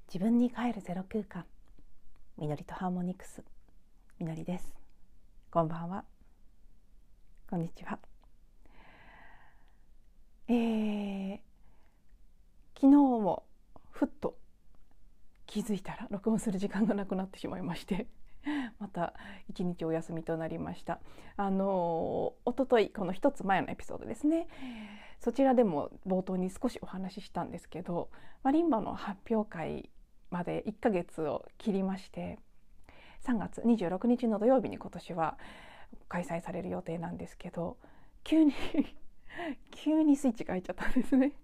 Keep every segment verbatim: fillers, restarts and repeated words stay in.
自分に帰るゼロ空間、みのりとハーモニクス、みのりです。こんばんは、こんにちは。えー、昨日もふっと気づいたら録音する時間がなくなってしまいましてまた一日お休みとなりました。あの一昨日この一つ前のエピソードですね、そちらでも冒頭に少しお話ししたんですけど、マリンバの発表会までいっかげつを切りまして、さんがつにじゅうろくにちの土曜日に今年は開催される予定なんですけど、急に急にスイッチが入っちゃったんですね。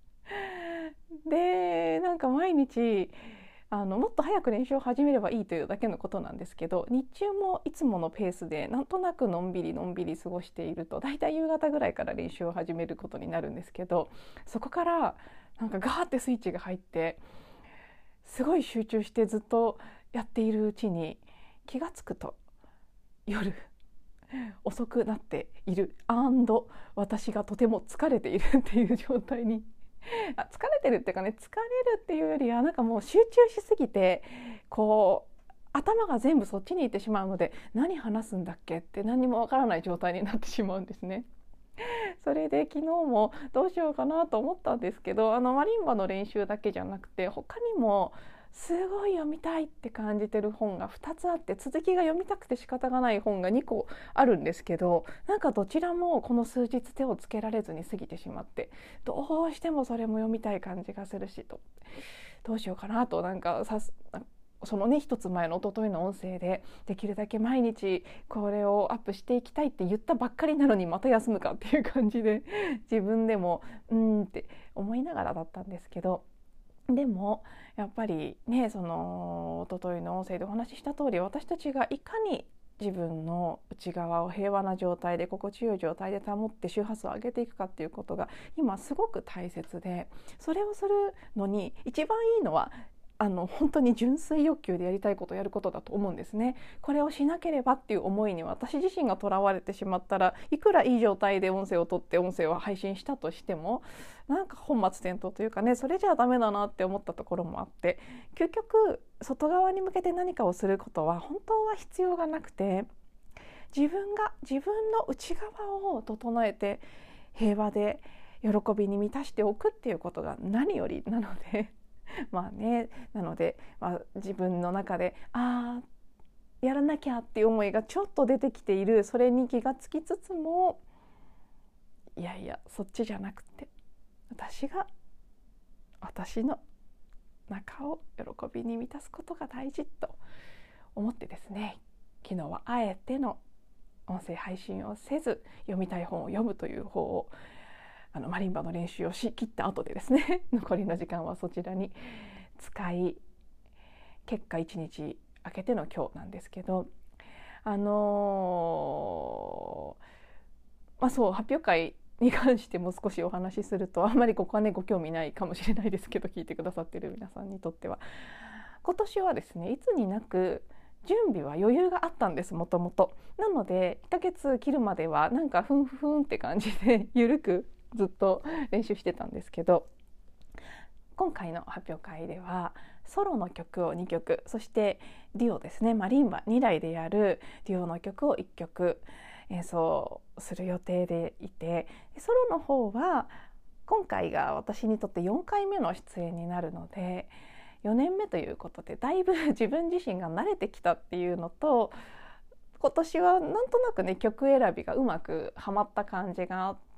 でなんか毎日あのもっと早く練習を始めればいいというだけのことなんですけど、日中もいつものペースでなんとなくのんびりのんびり過ごしていると、だいたい夕方ぐらいから練習を始めることになるんですけど、そこからなんかガーってスイッチが入って、すごい集中してずっとやっているうちに気がつくと夜遅くなっている&私がとても疲れているっていう状態にあ疲れてるっていうかね、疲れるっていうよりはなんかもう集中しすぎて、こう頭が全部そっちに行ってしまうので、何話すんだっけって何もわからない状態になってしまうんですね。それで昨日もどうしようかなと思ったんですけど、あのマリンバの練習だけじゃなくて他にもすごい読みたいって感じてる本がふたつあって、続きが読みたくて仕方がない本がにこあるんですけど、なんかどちらもこの数日手をつけられずに過ぎてしまって、どうしてもそれも読みたい感じがするしと、どうしようかなと、なんかさそのね一つ前の一昨日の音声でできるだけ毎日これをアップしていきたいって言ったばっかりなのにまた休むかっていう感じで自分でもうーんって思いながらだったんですけど、でもやっぱりね、その一昨日の音声でお話しした通り、私たちがいかに自分の内側を平和な状態で心地よい状態で保って周波数を上げていくかっていうことが今すごく大切で、それをするのに一番いいのはあの本当に純粋欲求でやりたいことをやることだと思うんですね。これをしなければっていう思いに私自身がとらわれてしまったら、いくらいい状態で音声を取って音声を配信したとしても、なんか本末転倒というかね、それじゃダメだなって思ったところもあって、究極外側に向けて何かをすることは本当は必要がなくて、自分が自分の内側を整えて平和で喜びに満たしておくっていうことが何よりなのでまあね、なので、まあ、自分の中でああやらなきゃっていう思いがちょっと出てきている、それに気がつきつつも、いやいやそっちじゃなくて、私が私の中を喜びに満たすことが大事と思ってですね、昨日はあえての音声配信をせず、読みたい本を読むという方をあのマリンバの練習をしきった後でですね残りの時間はそちらに使い、結果いちにち空けての今日なんですけど、あのー、まあそう発表会に関しても少しお話しすると、あんまりここはねご興味ないかもしれないですけど、聞いてくださっている皆さんにとっては、今年はですねいつになく準備は余裕があったんです、もともと。なのでいっかげつ切るまではなんかふんふんって感じでゆるくずっと練習してたんですけど、今回の発表会ではソロの曲をにきょく、そしてデュオですね、マリンバにだいでやるデュオの曲をいっきょく演奏する予定でいて、ソロの方は今回が私にとってよんかいめの出演になるので、よねんめということでだいぶ自分自身が慣れてきたっていうのと、今年はなんとなくね曲選びがうまくはまった感じがあって、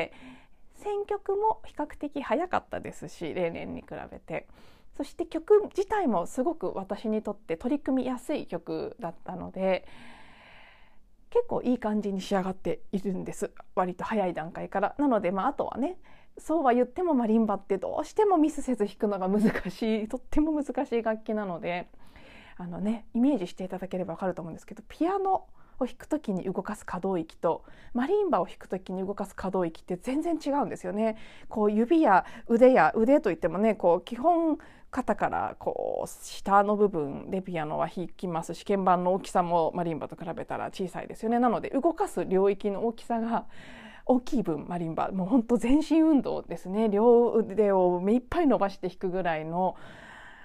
選曲も比較的早かったですし、例年に比べて、そして曲自体もすごく私にとって取り組みやすい曲だったので、結構いい感じに仕上がっているんです、割と早い段階から。なので、まあ、あとはね、そうは言ってもマリンバってどうしてもミスせず弾くのが難しい、とっても難しい楽器なので、あのねイメージしていただければ分かると思うんですけど、ピアノを弾くときに動かす可動域とマリンバを弾くときに動かす可動域って全然違うんですよね。こう指や腕や腕といってもね、こう基本肩からこう下の部分でピアノは弾きますし、鍵盤の大きさもマリンバと比べたら小さいですよね。なので動かす領域の大きさが大きい分、マリンバもう本当全身運動ですね。両腕を目いっぱい伸ばして弾くぐらいの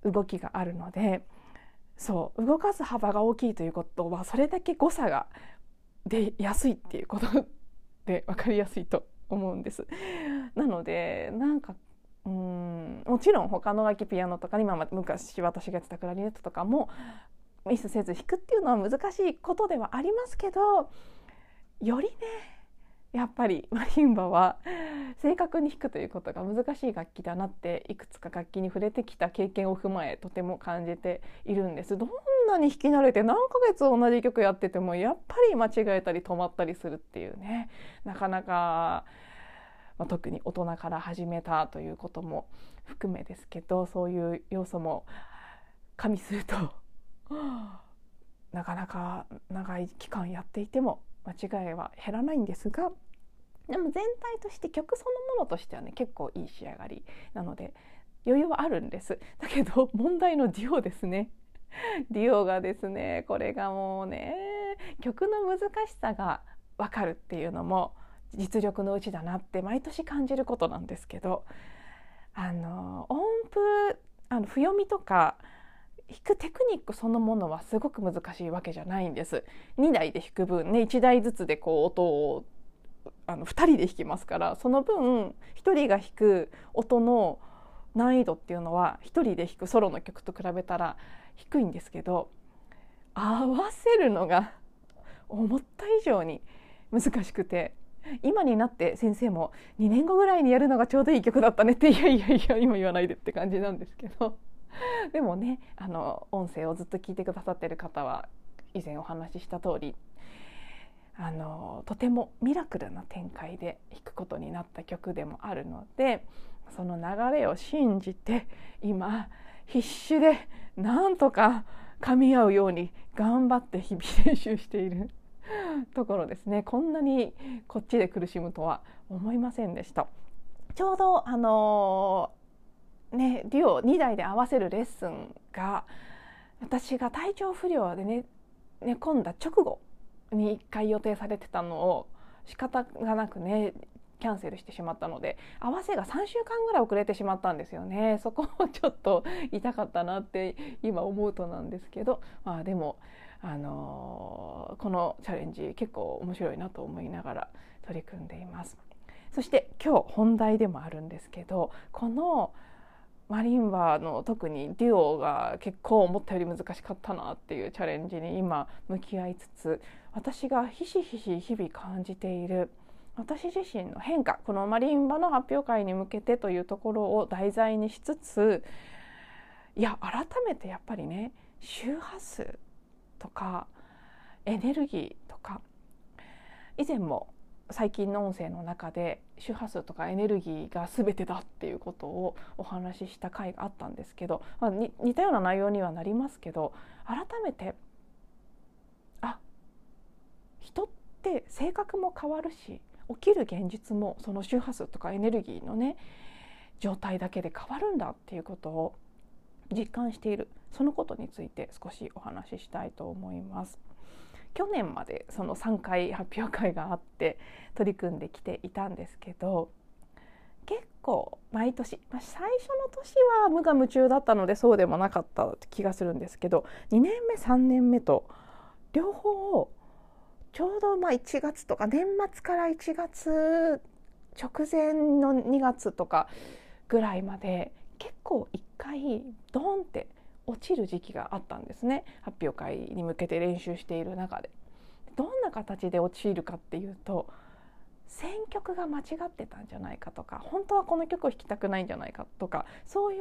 動きがあるので、そう動かす幅が大きいということはそれだけ誤差が出やすいっていうことで分かりやすいと思うんです。なのでなんかうーんもちろん他の楽器ピアノとか今昔私がやってたクラリネットとかもミスせず弾くっていうのは難しいことではありますけど、よりねやっぱりマリンバは正確に弾くということが難しい楽器だなっていくつか楽器に触れてきた経験を踏まえとても感じているんです。どんなに弾き慣れて何ヶ月同じ曲やっててもやっぱり間違えたり止まったりするっていうね、なかなか、まあ、特に大人から始めたということも含めですけど、そういう要素も加味するとなかなか長い期間やっていても間違いは減らないんですが、でも全体として曲そのものとしてはね結構いい仕上がりなので余裕はあるんです。だけど問題のデュオですね。デュオがですね、これがもうね曲の難しさが分かるっていうのも実力のうちだなって毎年感じることなんですけど、あの音符あの譜読みとか弾くテクニックそのものはすごく難しいわけじゃないんです。にだいで弾く分ねいちだいずつでこう音をあのふたりで弾きますから、その分ひとりが弾く音の難易度っていうのはひとりで弾くソロの曲と比べたら低いんですけど、合わせるのが思った以上に難しくて、今になって先生もにねんごぐらいにやるのがちょうどいい曲だったねっていやいやいや今言わないでって感じなんですけどでもねあの音声をずっと聞いてくださってる方は以前お話しした通りあのとてもミラクルな展開で弾くことになった曲でもあるので、その流れを信じて今必死でなんとか噛み合うように頑張って日々練習しているところですね。こんなにこっちで苦しむとは思いませんでした。ちょうどあのねデュオにだいで合わせるレッスンが私が体調不良でね寝込んだ直後にいっかい予定されてたのを仕方がなくねキャンセルしてしまったので、合わせがさんしゅうかんぐらい遅れてしまったんですよね。そこもちょっと痛かったなって今思うとなんですけど、まあでもあのー、このチャレンジ結構面白いなと思いながら取り組んでいます。そして今日本題でもあるんですけど、このマリンバの特にデュオが結構思ったより難しかったなっていうチャレンジに今向き合いつつ、私がひしひし日々感じている私自身の変化、このマリンバの発表会に向けてというところを題材にしつつ、いや改めてやっぱりね周波数とかエネルギーとか、以前も最近の音声の中で周波数とかエネルギーが全てだっていうことをお話しした回があったんですけど、まあ、に似たような内容にはなりますけど、改めてあ人って性格も変わるし起きる現実もその周波数とかエネルギーのね状態だけで変わるんだっていうことを実感している、そのことについて少しお話ししたいと思います。去年までそのさんかい発表会があって取り組んできていたんですけど、結構毎年、まあ、最初の年は無我夢中だったのでそうでもなかった気がするんですけど、にねんめさんねんめと両方ちょうどまあいちがつとか年末からいちがつ直前のにがつとかぐらいまで結構いっかいドーンって落ちる時期があったんですね。発表会に向けて練習している中でどんな形で落ちるかっていうと、選曲が間違ってたんじゃないかとか、本当はこの曲を弾きたくないんじゃないかとか、そういう、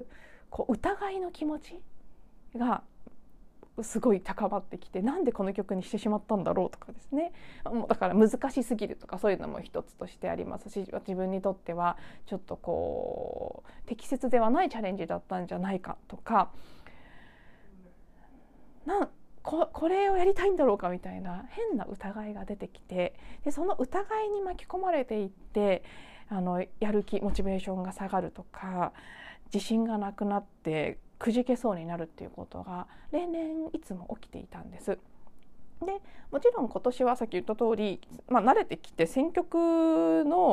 こう疑いの気持ちがすごい高まってきて、なんでこの曲にしてしまったんだろうとかですね、もうだから難しすぎるとかそういうのも一つとしてありますし、自分にとってはちょっとこう適切ではないチャレンジだったんじゃないかとか、な こ, これをやりたいんだろうかみたいな変な疑いが出てきて、でその疑いに巻き込まれていってあのやる気モチベーションが下がるとか自信がなくなってくじけそうになるっていうことが例年いつも起きていたんです。でもちろん今年はさっき言った通り、まあ、慣れてきて選曲の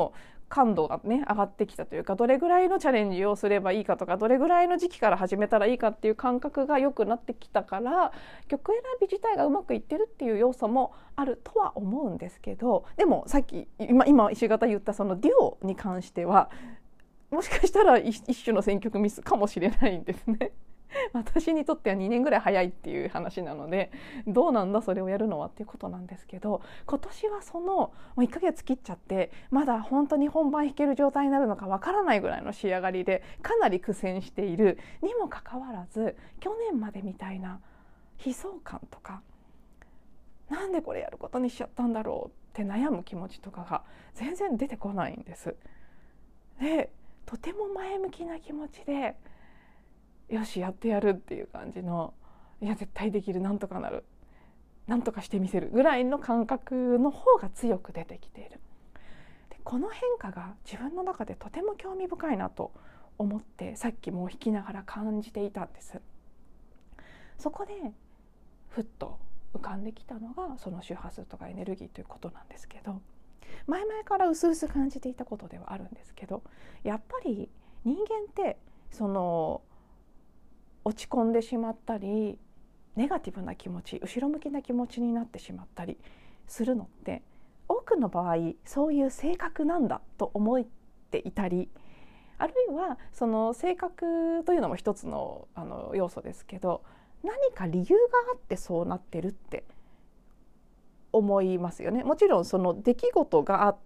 感度がね上がってきたというか、どれぐらいのチャレンジをすればいいかとか、どれぐらいの時期から始めたらいいかっていう感覚が良くなってきたから、曲選び自体がうまくいってるっていう要素もあるとは思うんですけど、でもさっき今今石形言ったそのデュオに関してはもしかしたら一種の選曲ミスかもしれないんですね。私にとってはにねんぐらい早いっていう話なので、どうなんだそれをやるのはっていうことなんですけど、今年はそのもういっかげつ切っちゃってまだ本当に本番弾ける状態になるのかわからないぐらいの仕上がりでかなり苦戦しているにもかかわらず、去年までみたいな悲壮感とか、なんでこれやることにしちゃったんだろうって悩む気持ちとかが全然出てこないんです。で、とても前向きな気持ちでよしやってやるっていう感じの、いや絶対できる、なんとかなる、なんとかしてみせるぐらいの感覚の方が強く出てきている。でこの変化が自分の中でとても興味深いなと思って、さっきも弾きながら感じていたんです。そこでふっと浮かんできたのがその周波数とかエネルギーということなんですけど、前々から薄々感じていたことではあるんですけど、やっぱり人間ってその落ち込んでしまったりネガティブな気持ち、後ろ向きな気持ちになってしまったりするのって多くの場合そういう性格なんだと思っていたり、あるいはその性格というのも一つの、あの要素ですけど、何か理由があってそうなってるって思いますよね。もちろんその出来事があって、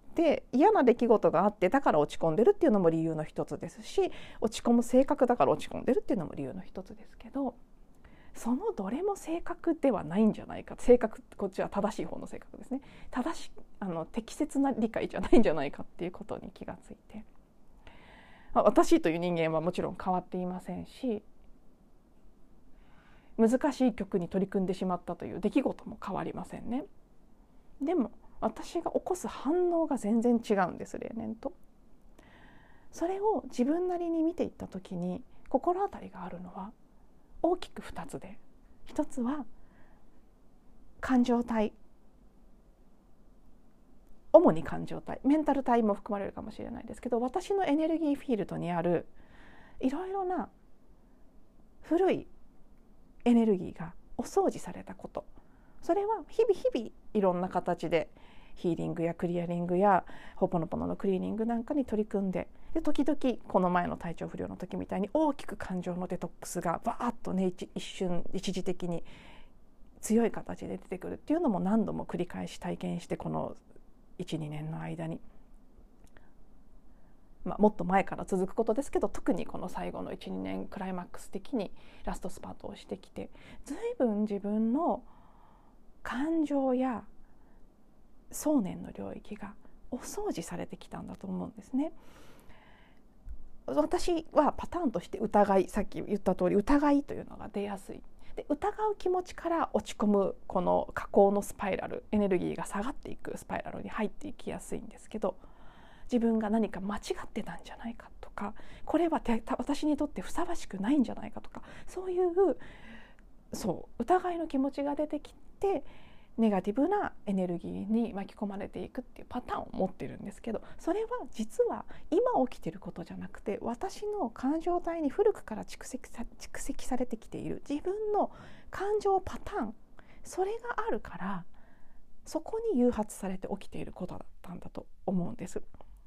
嫌な出来事があってだから落ち込んでるっていうのも理由の一つですし、落ち込む性格だから落ち込んでるっていうのも理由の一つですけど、そのどれも正確ではないんじゃないか、正確ってこっちは正しい方の性格ですね、正しあの適切な理解じゃないんじゃないかっていうことに気がついて、まあ、私という人間はもちろん変わっていませんし、難しい曲に取り組んでしまったという出来事も変わりませんね。でも私が起こす反応が全然違うんです、例年と。それを自分なりに見ていった時に心当たりがあるのは大きくふたつで、ひとつは感情体、主に感情体、メンタル体も含まれるかもしれないですけど、私のエネルギーフィールドにあるいろいろな古いエネルギーがお掃除されたこと、それは日々日々いろんな形でヒーリングやクリアリングやホポノポノのクリーニングなんかに取り組んで、で時々この前の体調不良の時みたいに大きく感情のデトックスがバーッとね、一瞬一時的に強い形で出てくるっていうのも何度も繰り返し体験して、この いちにねんの間に、まあ、もっと前から続くことですけど、特にこの最後の いちにねんクライマックス的にラストスパートをしてきて、随分自分の感情や想念の領域がお掃除されてきたんだと思うんですね。私はパターンとして疑い、さっき言った通り疑いというのが出やすい。で疑う気持ちから落ち込むこの下降のスパイラル、エネルギーが下がっていくスパイラルに入っていきやすいんですけど、自分が何か間違ってたんじゃないかとか、これは私にとってふさわしくないんじゃないかとか、そういうそう疑いの気持ちが出てきてネガティブなエネルギーに巻き込まれていくっていうパターンを持ってるんですけど、それは実は今起きてることじゃなくて、私の感情体に古くから蓄積さ、蓄積されてきている自分の感情パターン、それがあるからそこに誘発されて起きていることだったんだと思うんです。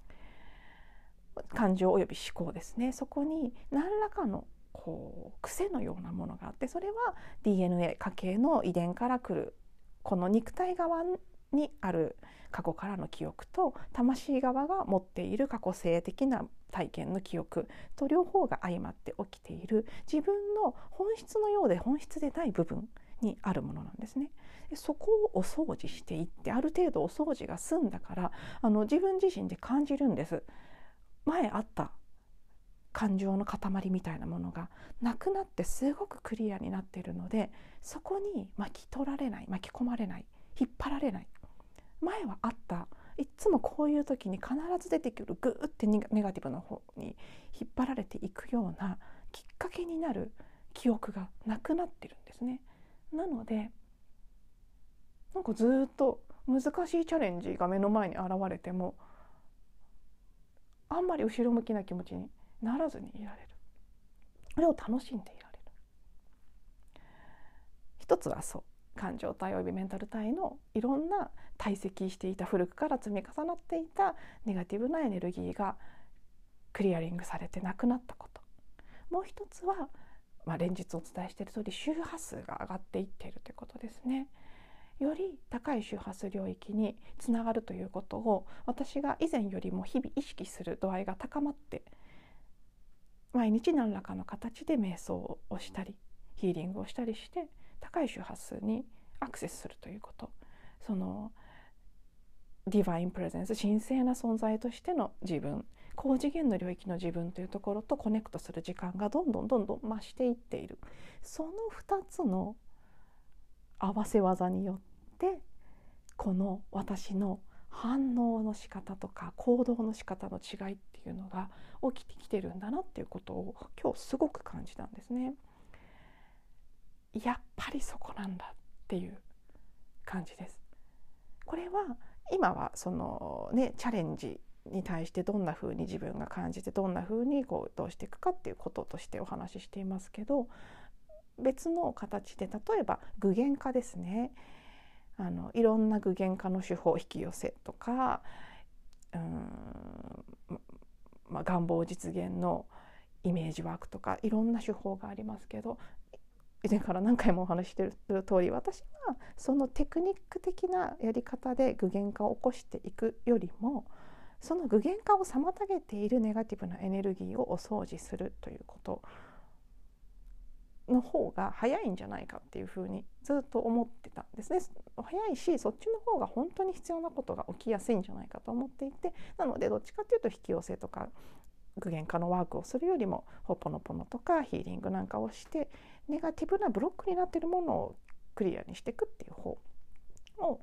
感情および思考ですね。そこに何らかのこう癖のようなものがあって、それは ディーエヌエー 家系の遺伝から来るこの肉体側にある過去からの記憶と、魂側が持っている過去性的な体験の記憶と両方が相まって起きている自分の本質のようで本質でない部分にあるものなんですね。そこをお掃除していって、ある程度お掃除が済んだから、あの自分自身で感じるんです。前あった感情の塊みたいなものがなくなってすごくクリアになっているので、そこに巻き取られない、巻き込まれない、引っ張られない。前はあった、いつもこういう時に必ず出てくるグーってネガティブの方に引っ張られていくようなきっかけになる記憶がなくなってるんですね。なのでなんかずっと難しいチャレンジが目の前に現れてもあんまり後ろ向きな気持ちにならずにいられる。それを楽しんでいられる。一つはそう、感情体およびメンタル体のいろんな堆積していた、古くから積み重なっていたネガティブなエネルギーがクリアリングされてなくなったこと。もう一つは、まあ、連日お伝えしている通り周波数が上がっていっているということですね。より高い周波数領域につながるということを私が以前よりも日々意識する度合いが高まって、毎日何らかの形で瞑想をしたりヒーリングをしたりして高い周波数にアクセスするということ、そのディバインプレゼンス、神聖な存在としての自分、高次元の領域の自分というところとコネクトする時間がどんどんどんどん増していっている。そのふたつの合わせ技によってこの私の反応の仕方とか行動の仕方の違いっていうのが起きてきてるんだなっていうことを今日すごく感じたんですね。やっぱりそこなんだっていう感じです。これは今はそのねチャレンジに対してどんな風に自分が感じてどんな風にこうどうしていくかっていうこととしてお話ししていますけど、別の形で例えば具現化ですね。あのいろんな具現化の手法、引き寄せとか、うーん、まあ、願望実現のイメージワークとかいろんな手法がありますけど、以前から何回もお話ししている通り、私はそのテクニック的なやり方で具現化を起こしていくよりも、その具現化を妨げているネガティブなエネルギーをお掃除するということの方が早いんじゃないかっていうふうにずっと思ってたんですね。早いし、そっちの方が本当に必要なことが起きやすいんじゃないかと思っていて、なのでどっちかというと引き寄せとか具現化のワークをするよりもホポノポノとかヒーリングなんかをしてネガティブなブロックになっているものをクリアにしていくっていう方を、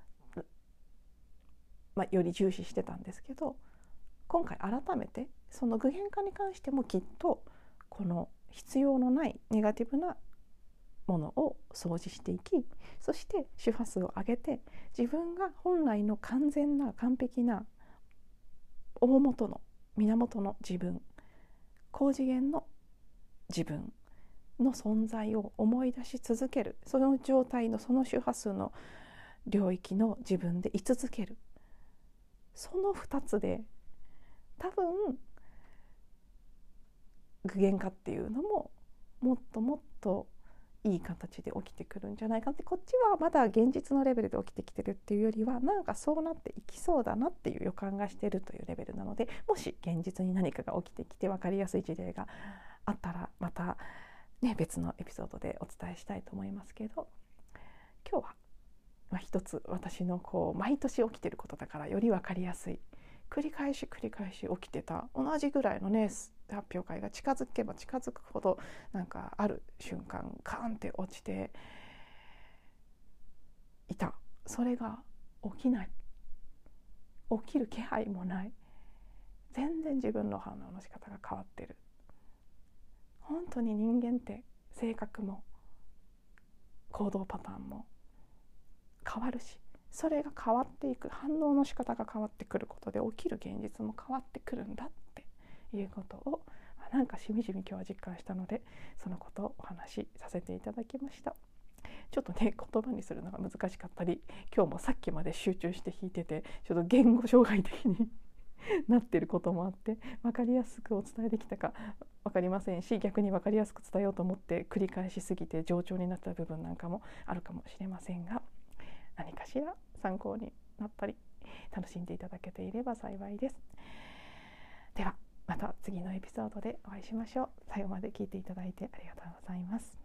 まあ、より重視してたんですけど、今回改めてその具現化に関してもきっとこの必要のないネガティブなものを掃除していき、そして周波数を上げて自分が本来の完全な完璧な大元の源の自分、高次元の自分の存在を思い出し続ける、その状態のその周波数の領域の自分で居続ける、そのふたつで多分具現化っていうのももっともっといい形で起きてくるんじゃないかって、こっちはまだ現実のレベルで起きてきてるっていうよりは、なんかそうなっていきそうだなっていう予感がしているというレベルなので、もし現実に何かが起きてきて分かりやすい事例があったらまた、ね、別のエピソードでお伝えしたいと思いますけど、今日は、まあ、一つ私のこう毎年起きてることだからより分かりやすい、繰り返し繰り返し起きてた同じぐらいのね発表会が近づけば近づくほどなんかある瞬間カーンって落ちていた。それが起きない、起きる気配もない、全然自分の反応の仕方が変わってる。本当に人間って性格も行動パターンも変わるし、それが変わっていく、反応の仕方が変わってくることで起きる現実も変わってくるんだっていうことをなんかしみじみ今日は実感したので、そのことをお話しさせていただきました。ちょっとね言葉にするのが難しかったり、今日もさっきまで集中して弾いててちょっと言語障害的になってることもあって、分かりやすくお伝えできたか分かりませんし、逆に分かりやすく伝えようと思って繰り返しすぎて冗長になった部分なんかもあるかもしれませんが、何かしら参考になったり楽しんでいただけていれば幸いです。ではまた次のエピソードでお会いしましょう。最後まで聞いていただいてありがとうございます。